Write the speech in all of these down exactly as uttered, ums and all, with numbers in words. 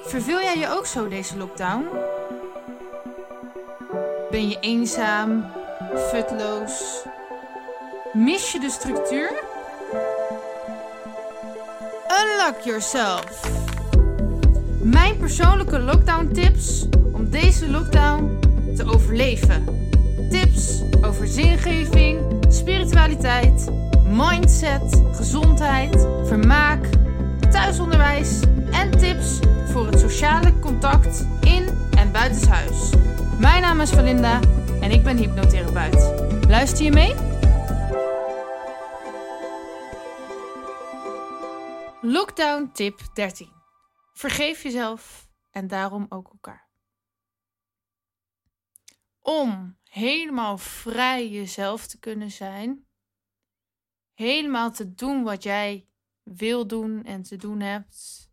Verveel jij je ook zo deze lockdown? Ben je eenzaam, futloos? Mis je de structuur? Unlock yourself! Mijn persoonlijke lockdown tips om deze lockdown te overleven. Tips over zingeving, spiritualiteit, mindset, gezondheid, vermaak, thuisonderwijs en tips voor het sociale contact in en buitenshuis. Mijn naam is Valinda en ik ben hypnotherapeut. Luister je mee? Lockdown tip dertien. Vergeef jezelf en daarom ook elkaar. Om helemaal vrij jezelf te kunnen zijn, helemaal te doen wat jij wil doen en te doen hebt,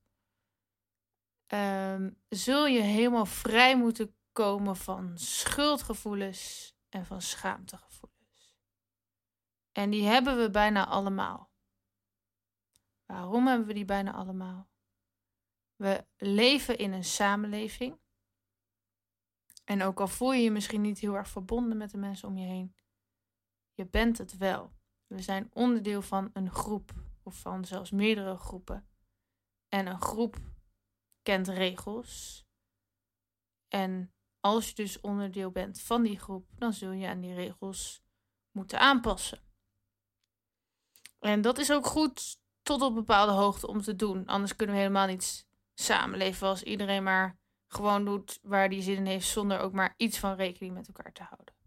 um, zul je helemaal vrij moeten komen van schuldgevoelens en van schaamtegevoelens. En die hebben we bijna allemaal. Waarom hebben we die bijna allemaal? We leven in een samenleving. En ook al voel je je misschien niet heel erg verbonden met de mensen om je heen, je bent het wel. We zijn onderdeel van een groep of van zelfs meerdere groepen. En een groep kent regels. En als je dus onderdeel bent van die groep, dan zul je aan die regels moeten aanpassen. En dat is ook goed tot op bepaalde hoogte om te doen. Anders kunnen we helemaal niet samenleven als iedereen maar gewoon doet waar die zin in heeft, zonder ook maar iets van rekening met elkaar te houden.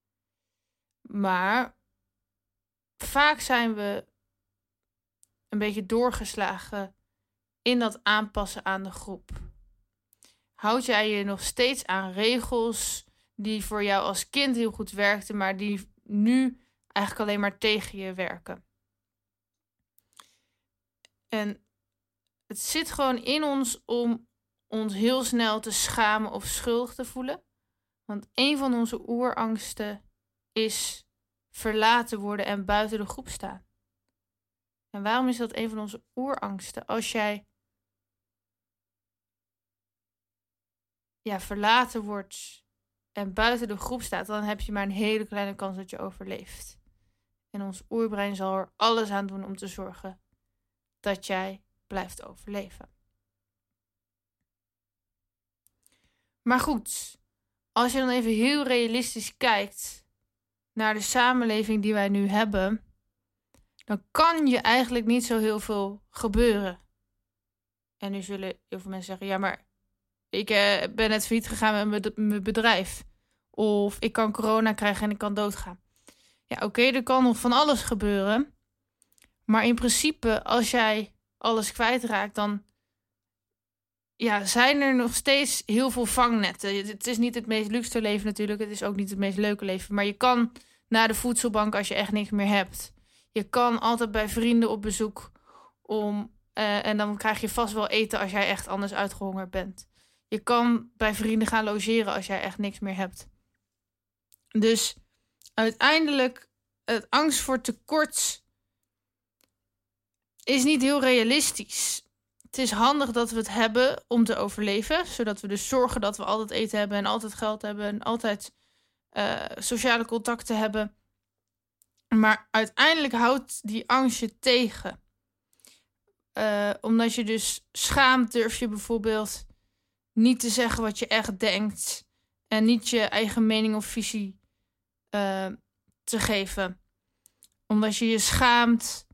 Maar vaak zijn we een beetje doorgeslagen in dat aanpassen aan de groep. Houd jij je nog steeds aan regels die voor jou als kind heel goed werkten, maar die nu eigenlijk alleen maar tegen je werken? En het zit gewoon in ons om ons heel snel te schamen of schuldig te voelen. Want een van onze oerangsten is verlaten worden en buiten de groep staan. En waarom is dat een van onze oerangsten? Als jij ja, verlaten wordt en buiten de groep staat, dan heb je maar een hele kleine kans dat je overleeft. En ons oerbrein zal er alles aan doen om te zorgen dat jij blijft overleven. Maar goed, als je dan even heel realistisch kijkt naar de samenleving die wij nu hebben, dan kan je eigenlijk niet zo heel veel gebeuren. En nu zullen heel veel mensen zeggen, ja, maar ik eh, ben net failliet gegaan met mijn bedrijf. Of ik kan corona krijgen en ik kan doodgaan. Ja, oké, okay, er kan nog van alles gebeuren. Maar in principe, als jij alles kwijtraakt, dan ja, zijn er nog steeds heel veel vangnetten. Het is niet het meest luxe leven natuurlijk. Het is ook niet het meest leuke leven. Maar je kan naar de voedselbank als je echt niks meer hebt. Je kan altijd bij vrienden op bezoek. Om, uh, en dan krijg je vast wel eten als jij echt anders uitgehongerd bent. Je kan bij vrienden gaan logeren als jij echt niks meer hebt. Dus uiteindelijk, het angst voor tekort is niet heel realistisch. Het is handig dat we het hebben om te overleven. Zodat we dus zorgen dat we altijd eten hebben en altijd geld hebben. En altijd uh, sociale contacten hebben. Maar uiteindelijk houdt die angst je tegen. Uh, omdat je dus schaamt, durf je bijvoorbeeld niet te zeggen wat je echt denkt. En niet je eigen mening of visie uh, te geven. Omdat je je schaamt.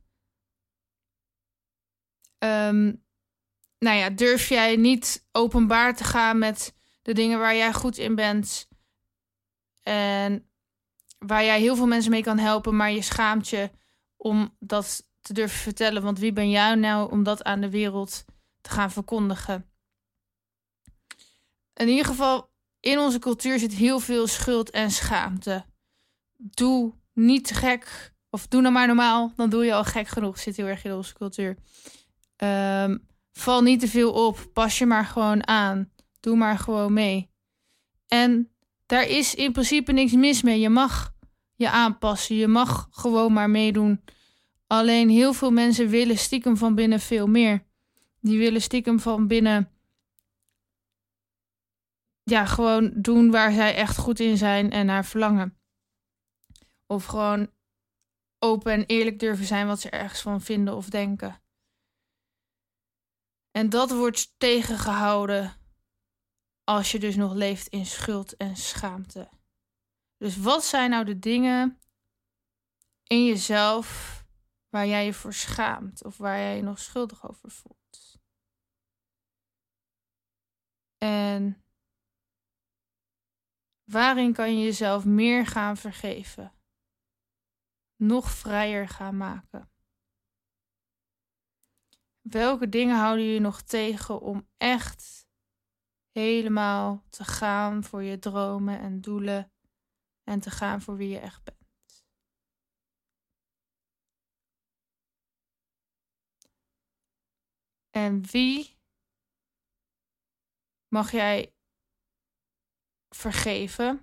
Um, nou ja, durf jij niet openbaar te gaan met de dingen waar jij goed in bent. En waar jij heel veel mensen mee kan helpen. Maar je schaamt je om dat te durven vertellen. Want wie ben jij nou om dat aan de wereld te gaan verkondigen? In ieder geval, in onze cultuur zit heel veel schuld en schaamte. Doe niet te gek. Of doe nou maar normaal. Dan doe je al gek genoeg. Zit heel erg in onze cultuur. Um, val niet te veel op. Pas je maar gewoon aan. Doe maar gewoon mee. En daar is in principe niks mis mee. Je mag je aanpassen. Je mag gewoon maar meedoen. Alleen heel veel mensen willen stiekem van binnen veel meer. Die willen stiekem van binnen ja, gewoon doen waar zij echt goed in zijn en naar verlangen. Of gewoon open en eerlijk durven zijn wat ze ergens van vinden of denken. En dat wordt tegengehouden als je dus nog leeft in schuld en schaamte. Dus wat zijn nou de dingen in jezelf waar jij je voor schaamt of waar jij je nog schuldig over voelt? En waarin kan je jezelf meer gaan vergeven? Nog vrijer gaan maken? Welke dingen houden je nog tegen om echt helemaal te gaan voor je dromen en doelen en te gaan voor wie je echt bent? En wie mag jij vergeven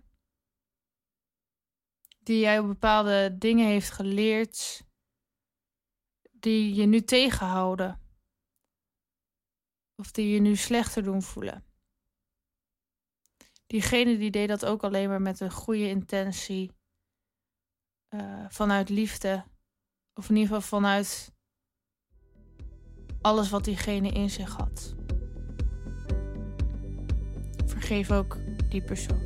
die jij op bepaalde dingen heeft geleerd die je nu tegenhouden of die je nu slechter doen voelen? Diegene die deed dat ook alleen maar met een goede intentie, uh, vanuit liefde, of in ieder geval vanuit alles wat diegene in zich had. Vergeef ook die persoon.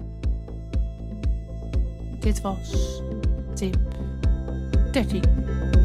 Dit was tip dertien.